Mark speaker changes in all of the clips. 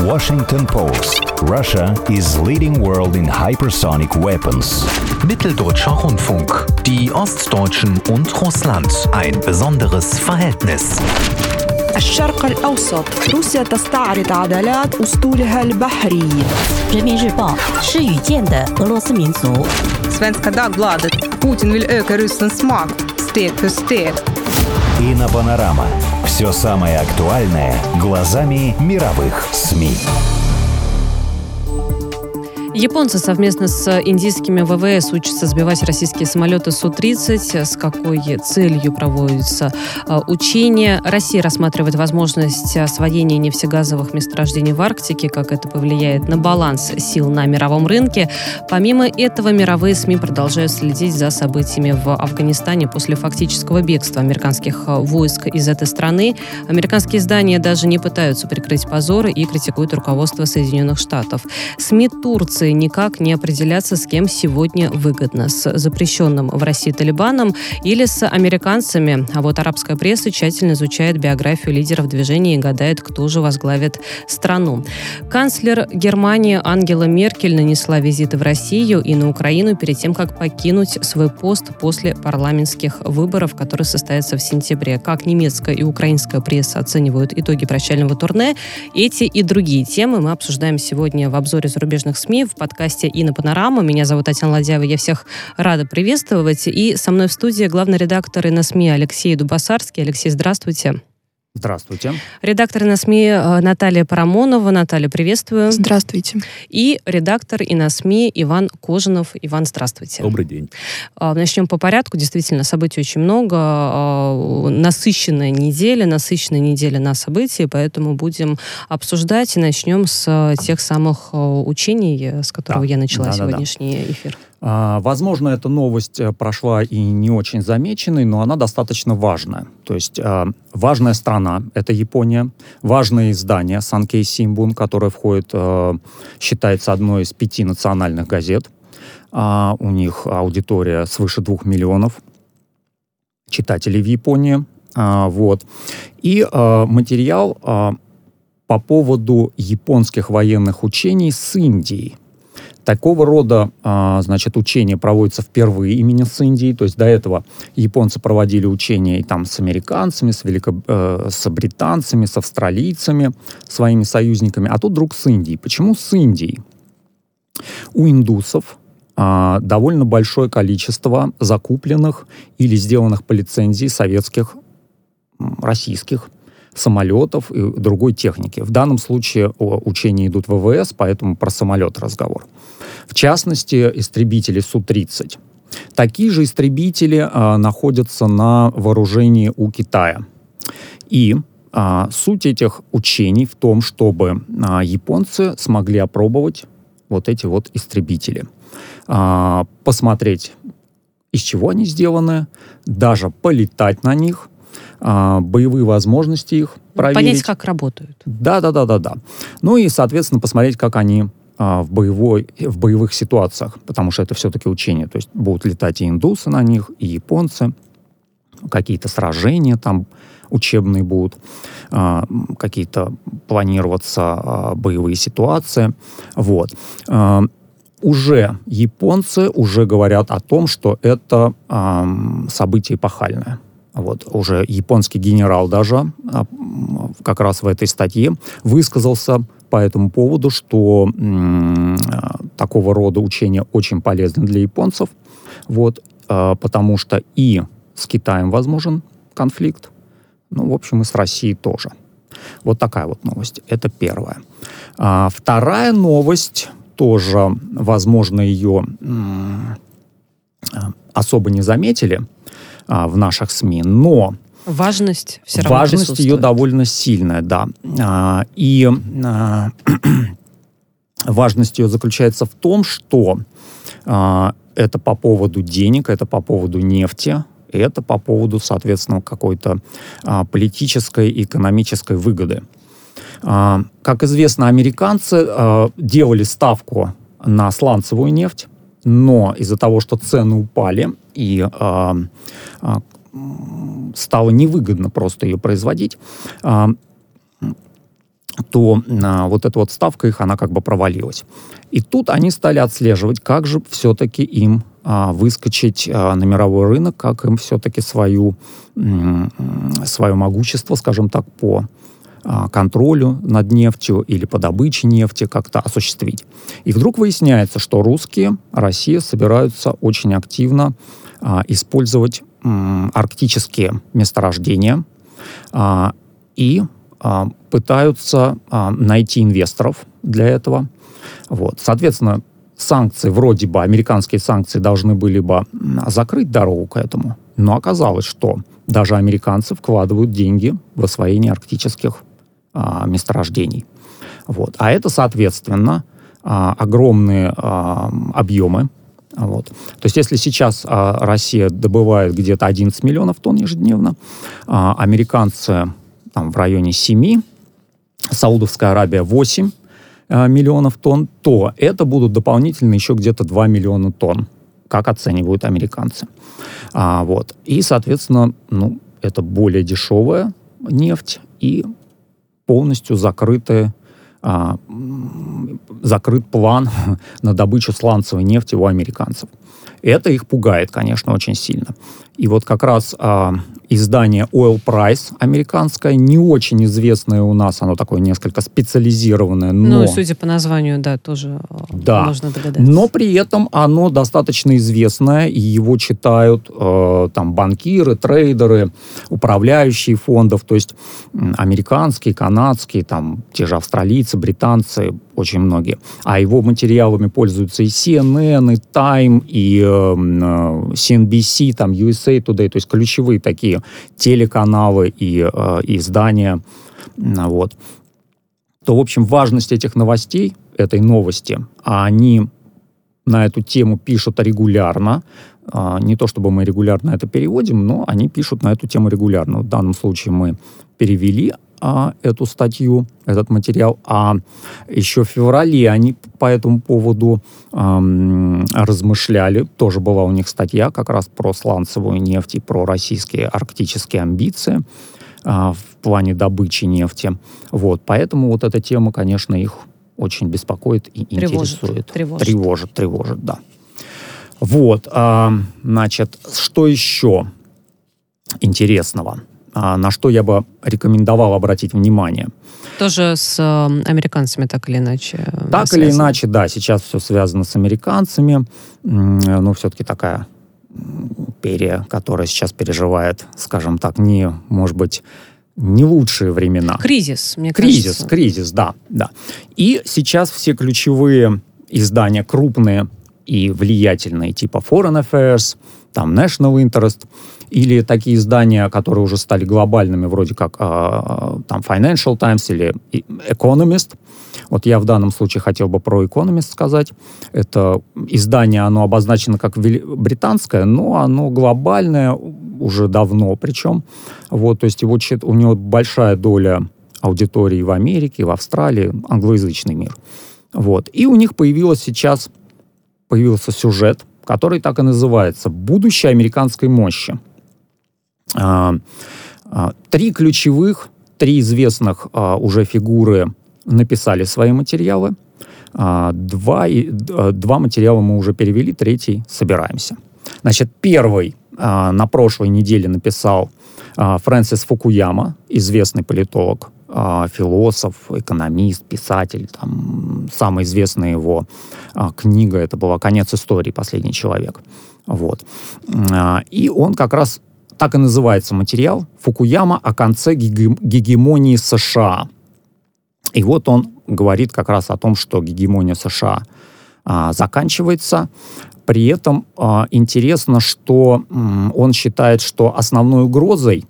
Speaker 1: Washington Post. Russia is leading world in hypersonic weapons.
Speaker 2: Mitteldeutscher Rundfunk. Die Ostdeutschen und Russland. Ein besonderes Verhältnis.
Speaker 3: الشرق الأوسط روسيا تستعرض عضلات أسطولها البحري.
Speaker 4: 人民日报是语见的俄罗斯民族。
Speaker 5: Svenska Dagbladet. Putin vill öka Rysslands makt steg för steg.
Speaker 1: Инопанорама. Все самое актуальное глазами мировых СМИ.
Speaker 6: Японцы совместно с индийскими ВВС учатся сбивать российские самолеты Су-30. С какой целью проводятся учения? Россия рассматривает возможность освоения нефтегазовых месторождений в Арктике, как это повлияет на баланс сил на мировом рынке. Помимо этого, мировые СМИ продолжают следить за событиями в Афганистане после фактического бегства американских войск из этой страны. Американские издания даже не пытаются прикрыть позоры и критикуют руководство Соединенных Штатов. СМИ Турции никак не определяться, с кем сегодня выгодно, с запрещенным в России Талибаном или с американцами. А вот арабская пресса тщательно изучает биографию лидеров движения и гадает, кто же возглавит страну. Канцлер Германии Ангела Меркель нанесла визиты в Россию и на Украину перед тем, как покинуть свой пост после парламентских выборов, которые состоятся в сентябре. Как немецкая и украинская пресса оценивают итоги прощального турне, эти и другие темы мы обсуждаем сегодня в обзоре зарубежных СМИ в подкасте «Инопанорама». Меня зовут Татьяна Ладяева, я всех рада приветствовать. И со мной в студии главный редактор ИНАСМИ Алексей Дубасарский. Алексей, здравствуйте.
Speaker 7: Здравствуйте.
Speaker 6: Редактор ИНАСМИ Наталья Парамонова. Наталья, приветствую.
Speaker 3: Здравствуйте. И
Speaker 6: редактор ИНАСМИ Иван Кожинов. Иван, здравствуйте.
Speaker 7: Добрый день.
Speaker 6: Начнем по порядку. Действительно, событий очень много. Насыщенная неделя на события, поэтому будем обсуждать и начнем с тех самых учений, с которого я начала сегодняшний эфир.
Speaker 7: Возможно, эта новость прошла и не очень замеченной, но она достаточно важная. То есть важная страна — это Япония, важное издание Санкей Симбун, которое считается одной из 5 национальных газет. У них аудитория свыше 2 миллионов читателей в Японии. И материал по поводу японских военных учений с Индией. Такого рода, учения проводятся впервые именно с Индией. То есть до этого японцы проводили учения и там с американцами, с британцами, с австралийцами, своими союзниками. А тут вдруг с Индией. Почему с Индией? У индусов довольно большое количество закупленных или сделанных по лицензии советских, российских самолетов и другой техники. В данном случае учения идут в ВВС, поэтому про самолет разговор. В частности, истребители Су-30. Такие же истребители находятся на вооружении у Китая. И суть этих учений в том, чтобы японцы смогли опробовать вот эти вот истребители. Посмотреть, из чего они сделаны, даже полетать на них, боевые возможности их проверить.
Speaker 6: Понять, как работают.
Speaker 7: Да. Ну и, соответственно, посмотреть, как они в боевых ситуациях, потому что это все-таки учения. То есть будут летать и индусы на них, и японцы. Какие-то сражения там учебные будут, какие-то планироваться боевые ситуации. Уже японцы говорят о том, что это событие эпохальное. Уже японский генерал даже как раз в этой статье высказался по этому поводу, что такого рода учения очень полезны для японцев, потому что и с Китаем возможен конфликт, и с Россией тоже. Вот такая вот новость. Это первая. Вторая новость, тоже, возможно, ее особо не заметили в наших СМИ, но
Speaker 6: важность все равно
Speaker 7: важность ее довольно сильная, да. И важность ее заключается в том, что это по поводу денег, это по поводу нефти, это по поводу, соответственно, какой-то политической и экономической выгоды. Как известно, американцы делали ставку на сланцевую нефть, но из-за того, что цены упали и стало невыгодно просто ее производить, то вот эта вот ставка их, она как бы провалилась. И тут они стали отслеживать, как же все-таки им выскочить на мировой рынок, как им все-таки свое могущество, скажем так, по контролю над нефтью или по добыче нефти как-то осуществить. И вдруг выясняется, что русские, Россия собираются очень активно использовать арктические месторождения и пытаются найти инвесторов для этого. Вот. Соответственно, санкции, вроде бы, американские санкции должны были бы закрыть дорогу к этому, но оказалось, что даже американцы вкладывают деньги в освоение арктических месторождений. Вот. А это, соответственно, огромные объемы. Вот. То есть, если сейчас Россия добывает где-то 11 миллионов тонн ежедневно, американцы в районе 7, Саудовская Аравия 8 миллионов тонн, то это будут дополнительно еще где-то 2 миллиона тонн, как оценивают американцы. Вот. И, соответственно, это более дешевая нефть и полностью закрыт план на добычу сланцевой нефти у американцев. Это их пугает, конечно, очень сильно. И вот как раз издание Oil Price американское, не очень известное у нас, оно такое несколько специализированное, но...
Speaker 6: судя по названию, да, тоже можно догадаться.
Speaker 7: Но при этом оно достаточно известное, и его читают там банкиры, трейдеры, управляющие фондов, то есть американские, канадские, там те же австралийцы, британцы, очень многие. А его материалами пользуются и CNN, и Time, и CNBC, там USA Today, то есть ключевые такие телеканалы и издания. Вот. То, в общем, важность этих новостей, этой новости, они на эту тему пишут регулярно. Не то чтобы мы регулярно это переводим, но они пишут на эту тему регулярно. В данном случае мы перевели эту статью, этот материал, а еще в феврале они по этому поводу размышляли. Тоже была у них статья как раз про сланцевую нефть и про российские арктические амбиции в плане добычи нефти. Вот. Поэтому вот эта тема, конечно, их очень беспокоит и интересует. Тревожит, да. Вот, значит, что еще интересного? На что я бы рекомендовал обратить внимание?
Speaker 6: Тоже с американцами так или иначе
Speaker 7: Так
Speaker 6: связано.
Speaker 7: или иначе, да, сейчас все связано с американцами. Но все-таки такая империя, которая сейчас переживает, скажем так, может быть, не лучшие времена.
Speaker 6: Кризис, мне кажется.
Speaker 7: Кризис, да. И сейчас все ключевые издания, крупные и влиятельные, типа Foreign Affairs, там National Interest, или такие издания, которые уже стали глобальными, вроде как там Financial Times или Economist. Вот я в данном случае хотел бы про Economist сказать. Это издание, оно обозначено как британское, но оно глобальное уже давно причем. Вот, то есть у него большая доля аудитории в Америке, в Австралии, англоязычный мир. Вот. И у них появился сюжет, который так и называется «Будущее американской мощи». 3 известных уже фигуры написали свои материалы. 2 материала мы уже перевели, 3 собираемся. Значит, первый на прошлой неделе написал Фрэнсис Фукуяма, известный политолог, философ, экономист, писатель. Там, самая известная его книга, это была «Конец истории. Последний человек». Вот. И он как раз так и называется материал «Фукуяма о конце гегемонии США». И вот он говорит как раз о том, что гегемония США заканчивается. При этом интересно, что он считает, что основной угрозой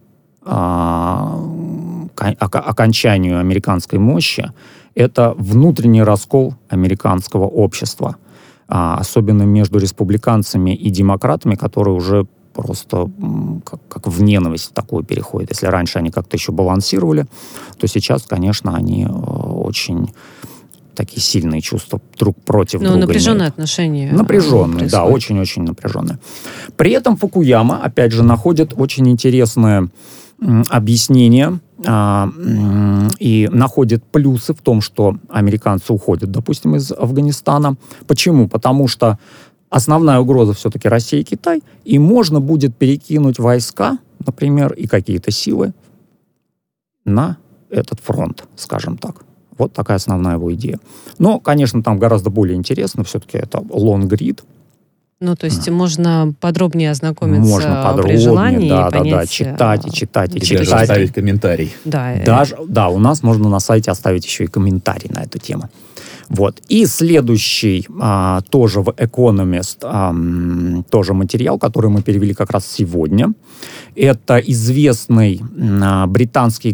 Speaker 7: окончанию американской мощи это внутренний раскол американского общества, особенно между республиканцами и демократами, которые уже просто как в ненависть такую переходят. Если раньше они как-то еще балансировали, то сейчас, конечно, они очень такие сильные чувства друг против друга.
Speaker 6: Напряженные
Speaker 7: имеют.
Speaker 6: отношения.
Speaker 7: Напряженные, да, очень-очень напряженные. При этом Фукуяма, опять же, находит очень интересное объяснение и находит плюсы в том, что американцы уходят, допустим, из Афганистана. Почему? Потому что основная угроза все-таки Россия и Китай, и можно будет перекинуть войска, например, и какие-то силы на этот фронт, скажем так. Вот такая основная его идея. Но, конечно, там гораздо более интересно, все-таки это long read.
Speaker 6: Ну, то есть можно подробнее ознакомиться
Speaker 7: можно подробнее,
Speaker 6: при желании
Speaker 7: да,
Speaker 6: и понять...
Speaker 7: Да, читать.
Speaker 8: И даже оставить комментарий.
Speaker 7: Да, у нас можно на сайте оставить еще и комментарий на эту тему. Вот. И следующий, тоже в Economist, тоже материал, который мы перевели как раз сегодня. Это известный британский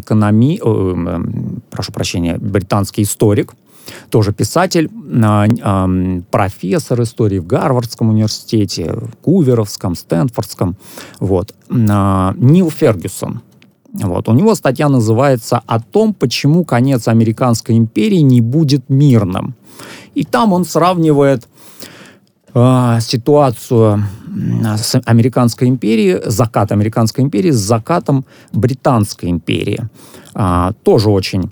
Speaker 7: британский историк, тоже писатель, профессор истории в Гарвардском университете, Куверовском, Стэнфордском. Вот. Нил Фергюсон. Вот. У него статья называется «О том, почему конец американской империи не будет мирным». И там он сравнивает ситуацию с американской империей, закат американской империи с закатом британской империи. Тоже очень,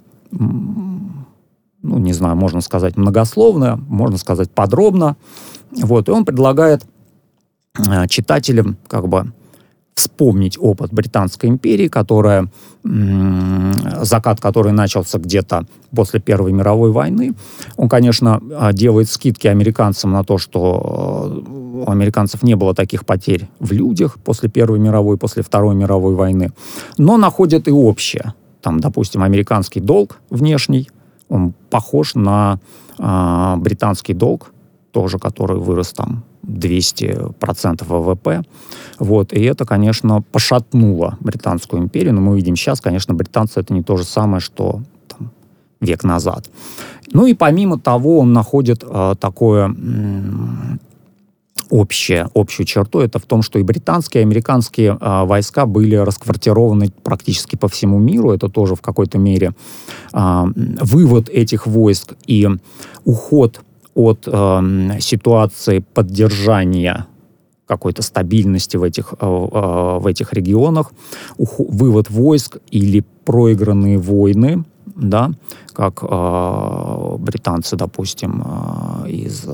Speaker 7: не знаю, можно сказать многословно, можно сказать подробно. Вот. И он предлагает читателям вспомнить опыт Британской империи, закат которой начался где-то после Первой мировой войны. Он, конечно, делает скидки американцам на то, что у американцев не было таких потерь в людях после Первой мировой, после Второй мировой войны, но находит и общее. Там, допустим, американский долг внешний, он похож на британский долг, тоже, который вырос там 200% ВВП. Вот. И это, конечно, пошатнуло Британскую империю. Но мы видим сейчас, конечно, британцы — это не то же самое, что там, век назад. Ну и помимо того, он находит общую черту. Это в том, что и британские, и американские войска были расквартированы практически по всему миру. Это тоже в какой-то мере вывод этих войск и уход от ситуации поддержания какой-то стабильности в этих регионах, вывод войск или проигранные войны, да, как британцы, допустим, из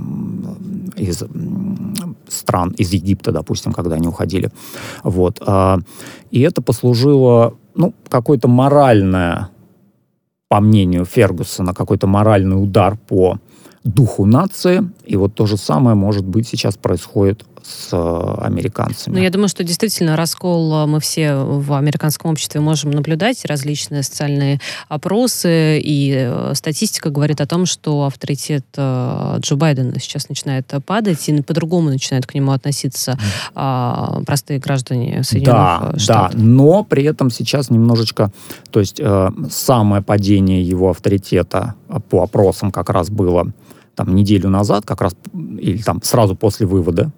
Speaker 7: стран, из Египта, допустим, когда они уходили. Вот. И это послужило, какое-то моральное, по мнению Фергюсона, какой-то моральный удар по духу нации. И вот то же самое, может быть, сейчас происходит с американцами.
Speaker 6: Я думаю, что действительно раскол мы все в американском обществе можем наблюдать. Различные социальные опросы и статистика говорит о том, что авторитет Джо Байдена сейчас начинает падать, и по-другому начинают к нему относиться простые граждане Соединенных Штатов.
Speaker 7: Да, но при этом сейчас немножечко, то есть самое падение его авторитета по опросам как раз было там неделю назад, как раз, или там сразу после вывода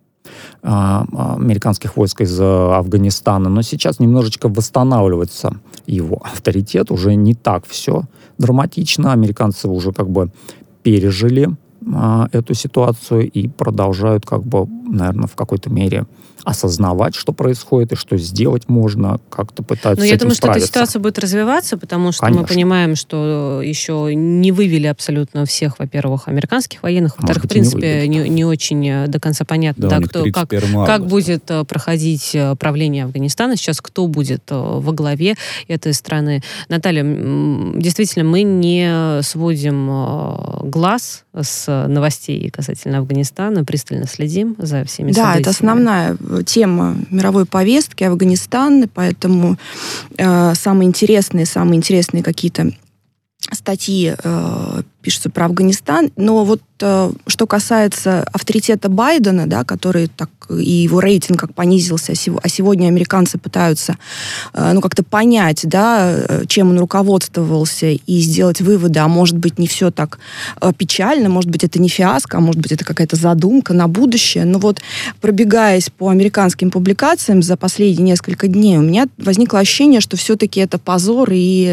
Speaker 7: американских войск из Афганистана, но сейчас немножечко восстанавливается его авторитет, уже не так все драматично, американцы уже пережили эту ситуацию и продолжают наверное, в какой-то мере осознавать, что происходит и что сделать можно, как-то пытаются с этим справиться.
Speaker 6: Я думаю, что эта ситуация будет развиваться, потому что мы понимаем, что еще не вывели абсолютно всех, во-первых, американских военных, во-вторых, в принципе, не очень до конца понятно, как будет проходить правление Афганистана, сейчас кто будет во главе этой страны. Наталья, действительно, мы не сводим глаз с новостей касательно Афганистана, пристально следим за всеми событиями.
Speaker 3: Да, это основная тема мировой повестки Афганистан, поэтому самые интересные какие-то статьи пишутся про Афганистан. Но вот что касается авторитета Байдена, да, который так и его рейтинг как понизился, а сегодня американцы пытаются как-то понять, да, чем он руководствовался, и сделать выводы, а может быть не все так печально, может быть это не фиаско, а может быть это какая-то задумка на будущее. Но вот пробегаясь по американским публикациям за последние несколько дней, у меня возникло ощущение, что все-таки это позор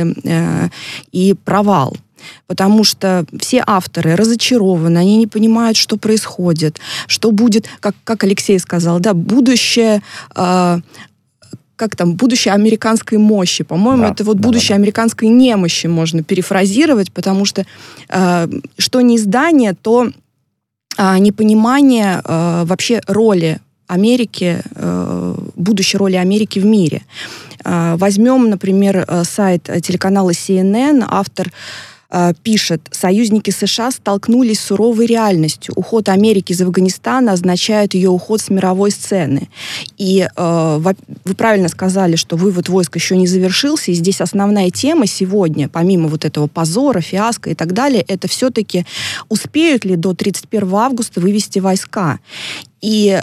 Speaker 3: и провал. Потому что все авторы разочарованы, они не понимают, что происходит, что будет, как Алексей сказал, да, будущее как там, будущее американской мощи. По-моему, это вот будущее американской немощи можно перефразировать, потому что что не издание, то непонимание вообще роли Америки, будущей роли Америки в мире. Возьмем, например, сайт телеканала CNN, автор пишет: союзники США столкнулись с суровой реальностью. Уход Америки из Афганистана означает ее уход с мировой сцены. И вы правильно сказали, что вывод войск еще не завершился, и здесь основная тема сегодня, помимо вот этого позора, фиаско и так далее, это все-таки успеют ли до 31 августа вывести войска. И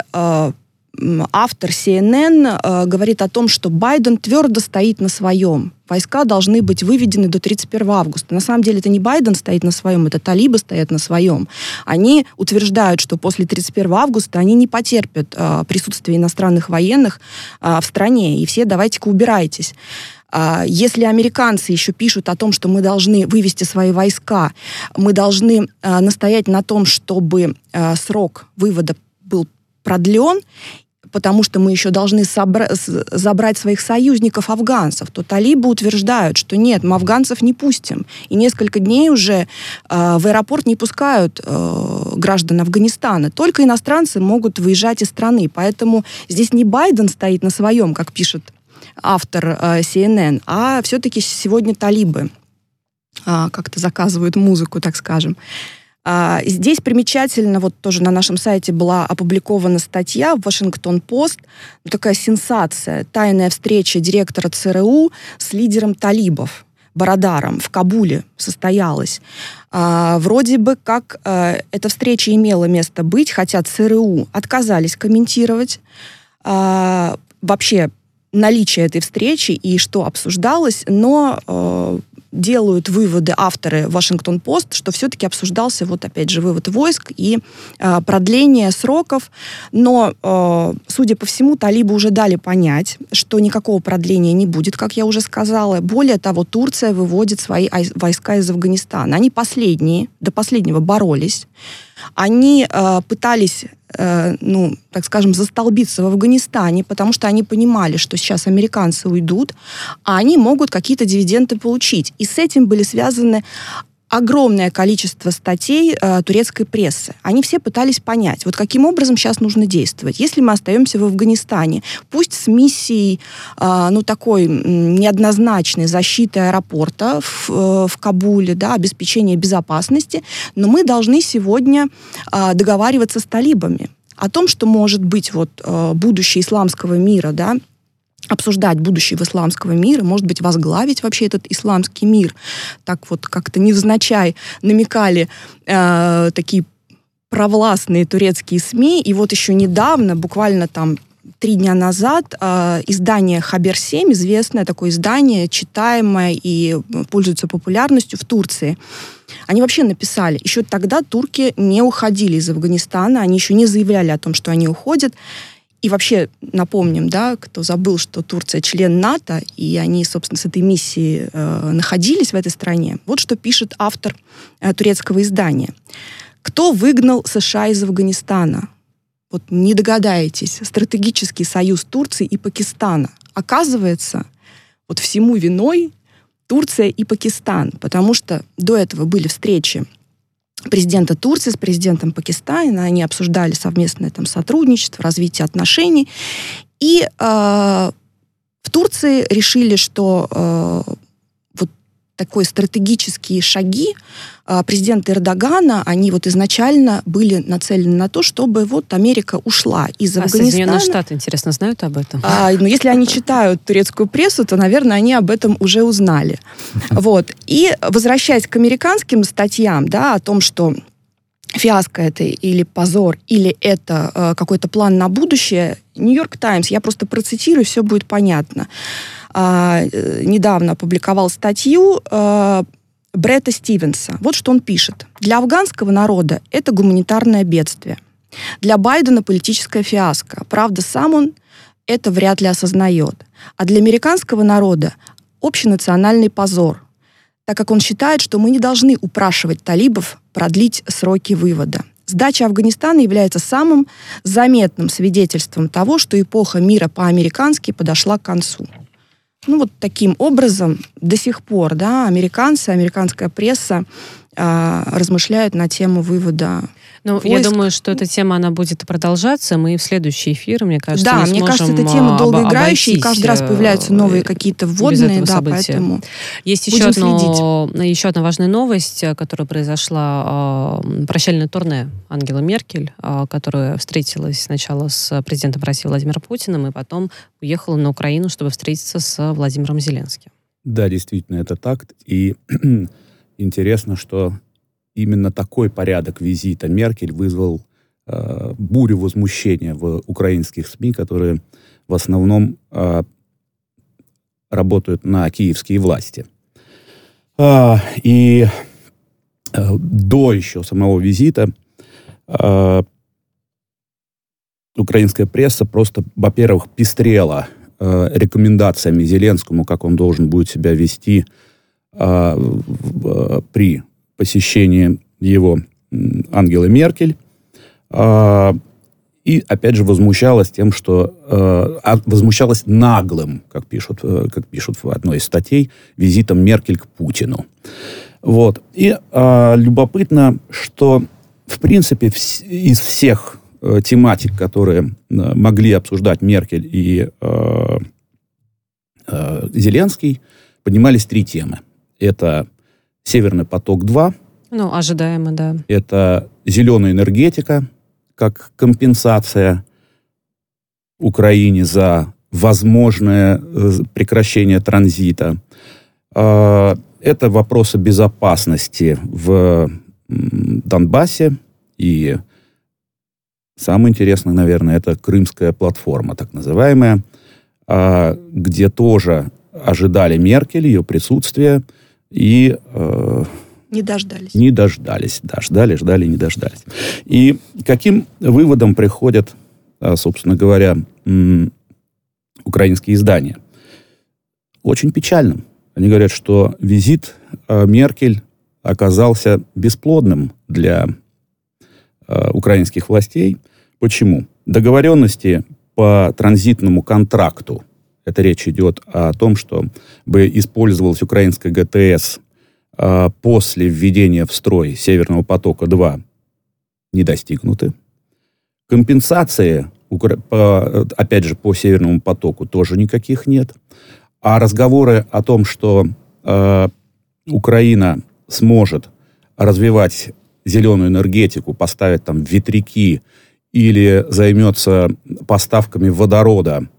Speaker 3: автор CNN говорит о том, что Байден твердо стоит на своем. Войска должны быть выведены до 31 августа. На самом деле это не Байден стоит на своем, это талибы стоят на своем. Они утверждают, что после 31 августа они не потерпят присутствие иностранных военных в стране. И все давайте-ка убирайтесь. Если американцы еще пишут о том, что мы должны вывести свои войска, мы должны настоять на том, чтобы срок вывода был продлен, потому что мы еще должны забрать своих союзников-афганцев, то талибы утверждают, что нет, мы афганцев не пустим. И несколько дней уже в аэропорт не пускают граждан Афганистана. Только иностранцы могут выезжать из страны. Поэтому здесь не Байден стоит на своем, как пишет автор CNN, а все-таки сегодня талибы как-то заказывают музыку, так скажем. Здесь примечательно, вот тоже на нашем сайте была опубликована статья в Вашингтон-Пост, такая сенсация, тайная встреча директора ЦРУ с лидером талибов, Барадаром, в Кабуле состоялась. Вроде бы как эта встреча имела место быть, хотя ЦРУ отказались комментировать вообще наличие этой встречи и что обсуждалось, но делают выводы авторы Вашингтон-Пост, что все-таки обсуждался, вот опять же, вывод войск и продление сроков. Но, судя по всему, талибы уже дали понять, что никакого продления не будет, как я уже сказала. Более того, Турция выводит свои войска из Афганистана. Они до последнего боролись. Они пытались, так скажем, застолбиться в Афганистане, потому что они понимали, что сейчас американцы уйдут, а они могут какие-то дивиденды получить. И с этим были связаны огромное количество статей турецкой прессы. Они все пытались понять, вот каким образом сейчас нужно действовать. Если мы остаемся в Афганистане, пусть с миссией, такой неоднозначной защиты аэропорта в Кабуле, да, обеспечения безопасности, но мы должны сегодня договариваться с талибами о том, что может быть будущее исламского мира, да, обсуждать будущего исламского мира, может быть, возглавить вообще этот исламский мир. Так вот как-то невзначай намекали такие провластные турецкие СМИ. И вот еще недавно, буквально 3 дня назад, издание Хабер-7, известное такое издание, читаемое и пользуется популярностью в Турции, они вообще написали, еще тогда турки не уходили из Афганистана, они еще не заявляли о том, что они уходят. И вообще напомним, да, кто забыл, что Турция член НАТО, и они, собственно, с этой миссией находились в этой стране. Вот что пишет автор турецкого издания. Кто выгнал США из Афганистана? Вот не догадаетесь. Стратегический союз Турции и Пакистана. Оказывается, вот всему виной Турция и Пакистан, потому что до этого были встречи президента Турции с президентом Пакистана, они обсуждали совместное сотрудничество, развитие отношений. И в Турции решили, что вот такие стратегические шаги президента Эрдогана, они изначально были нацелены на то, чтобы Америка ушла из Афганистана.
Speaker 6: Соединенные Штаты, интересно, знают об этом?
Speaker 3: Если они читают турецкую прессу, то, наверное, они об этом уже узнали. И возвращаясь к американским статьям, да, о том, что фиаско это или позор, или это какой-то план на будущее, Нью-Йорк Таймс, я просто процитирую, все будет понятно. Недавно опубликовал статью Бретта Стивенса. Вот что он пишет. Для афганского народа это гуманитарное бедствие. Для Байдена политическая фиаско. Правда, сам он это вряд ли осознает. А для американского народа общенациональный позор, так как он считает, что мы не должны упрашивать талибов продлить сроки вывода. Сдача Афганистана является самым заметным свидетельством того, что эпоха мира по-американски подошла к концу. Ну, вот таким образом до сих пор, да, американцы, американская пресса размышляют на тему вывода
Speaker 6: Ну, я думаю, что эта тема, она будет продолжаться. Мы в следующий эфир, мне кажется,
Speaker 3: да,
Speaker 6: не
Speaker 3: мне кажется, эта тема долгоиграющая, и каждый раз появляются новые какие-то вводные, да, поэтому
Speaker 6: есть еще одна важная новость, которая произошла. Прощальное турне Ангелы Меркель, которая встретилась сначала с президентом России Владимиром Путиным, и потом уехала на Украину, чтобы встретиться с Владимиром Зеленским.
Speaker 8: Да, действительно, это так. И интересно, что именно такой порядок визита Меркель вызвал бурю возмущения в украинских СМИ, которые в основном работают на киевские власти. И до еще самого визита украинская пресса просто, во-первых, пестрела рекомендациями Зеленскому, как он должен будет себя вести при посещении его Ангелы Меркель. И, опять же, возмущалась тем, что... возмущалась наглым, как пишут в одной из статей, визитом Меркель к Путину. Вот. И любопытно, что, в принципе, из всех тематик, которые могли обсуждать Меркель и Зеленский, поднимались 3 темы. Это «Северный поток-2».
Speaker 6: Ну, ожидаемо, да.
Speaker 8: Это зеленая энергетика, как компенсация Украине за возможное прекращение транзита. Это вопросы безопасности в Донбассе. И самое интересное, наверное, это Крымская платформа, так называемая, где тоже ожидали Меркель, ее присутствие, и...
Speaker 3: Не дождались.
Speaker 8: Не дождались. Да, ждали, не дождались. И каким выводом приходят, собственно говоря, украинские издания? Очень печальным. Они говорят, что визит Меркель оказался бесплодным для украинских властей. Почему? Договоренности по транзитному контракту, это речь идет о том, чтобы использовалась украинская ГТС после введения в строй Северного потока-2, не достигнуты. Компенсации, опять же, по Северному потоку тоже никаких нет. А разговоры о том, что Украина сможет развивать зеленую энергетику, поставить там ветряки или займется поставками водорода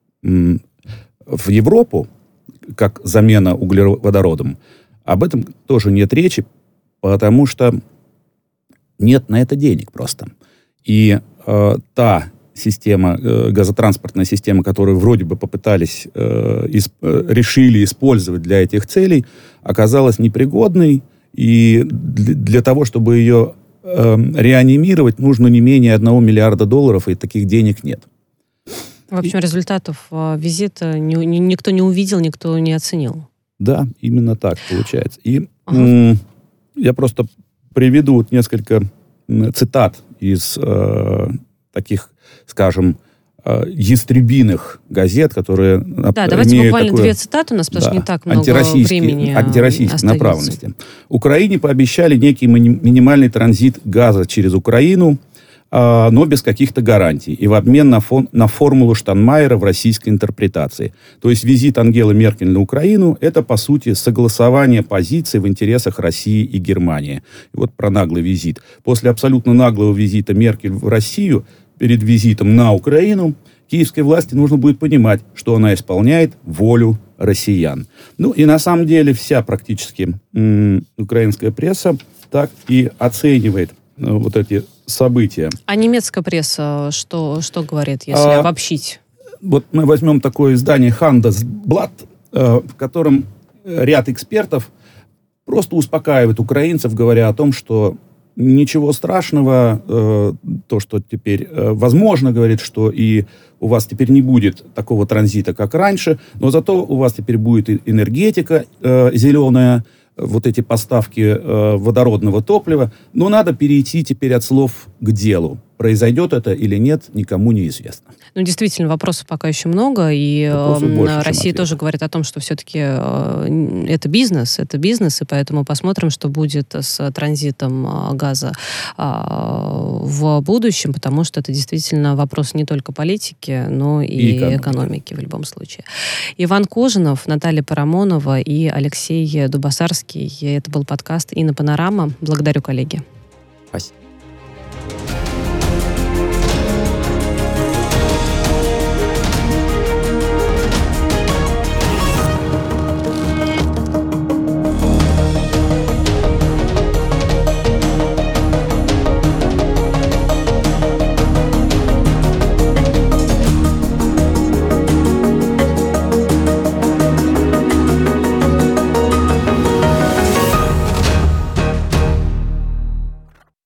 Speaker 8: в Европу, как замена углеводородом, об этом тоже нет речи, потому что нет на это денег просто. И та система, газотранспортная система, которую вроде бы попытались, решили использовать для этих целей, оказалась непригодной, и для того, чтобы ее реанимировать, нужно не менее $1 миллиарда, и таких денег нет.
Speaker 6: В общем, результатов визита никто не увидел, никто не оценил.
Speaker 8: Да, именно так получается. И я просто приведу вот несколько цитат из таких, скажем, ястребиных газет, которые...
Speaker 6: Да, давайте буквально 2 цитаты, у нас потому что не так много времени
Speaker 8: антироссийской направленности. Украине пообещали некий минимальный транзит газа через Украину, но без каких-то гарантий, и в обмен на формулу Штайнмайера в российской интерпретации. То есть визит Ангелы Меркель на Украину – это, по сути, согласование позиций в интересах России и Германии. И вот про наглый визит. После абсолютно наглого визита Меркель в Россию, перед визитом на Украину, киевской власти нужно будет понимать, что она исполняет волю россиян. Ну и на самом деле вся практически украинская пресса так и оценивает вот эти события.
Speaker 6: А немецкая пресса что говорит, если обобщить?
Speaker 8: Вот мы возьмем такое издание Handelsblatt, в котором ряд экспертов просто успокаивает украинцев, говоря о том, что ничего страшного, то, что теперь возможно, говорит, что и у вас теперь не будет такого транзита, как раньше, но зато у вас теперь будет энергетика зеленая, вот эти поставки водородного топлива. Но надо перейти теперь от слов к делу. Произойдет это или нет, никому не известно.
Speaker 6: Ну, действительно, вопросов пока еще много, и
Speaker 8: больше,
Speaker 6: Россия тоже говорит о том, что все-таки это бизнес, и поэтому посмотрим, что будет с транзитом газа в будущем, потому что это действительно вопрос не только политики, но и экономики в любом случае. Иван Кожинов, Наталья Парамонова и Алексей Дубасарский. Это был подкаст «Инна Панорама». Благодарю, коллеги.
Speaker 7: Спасибо.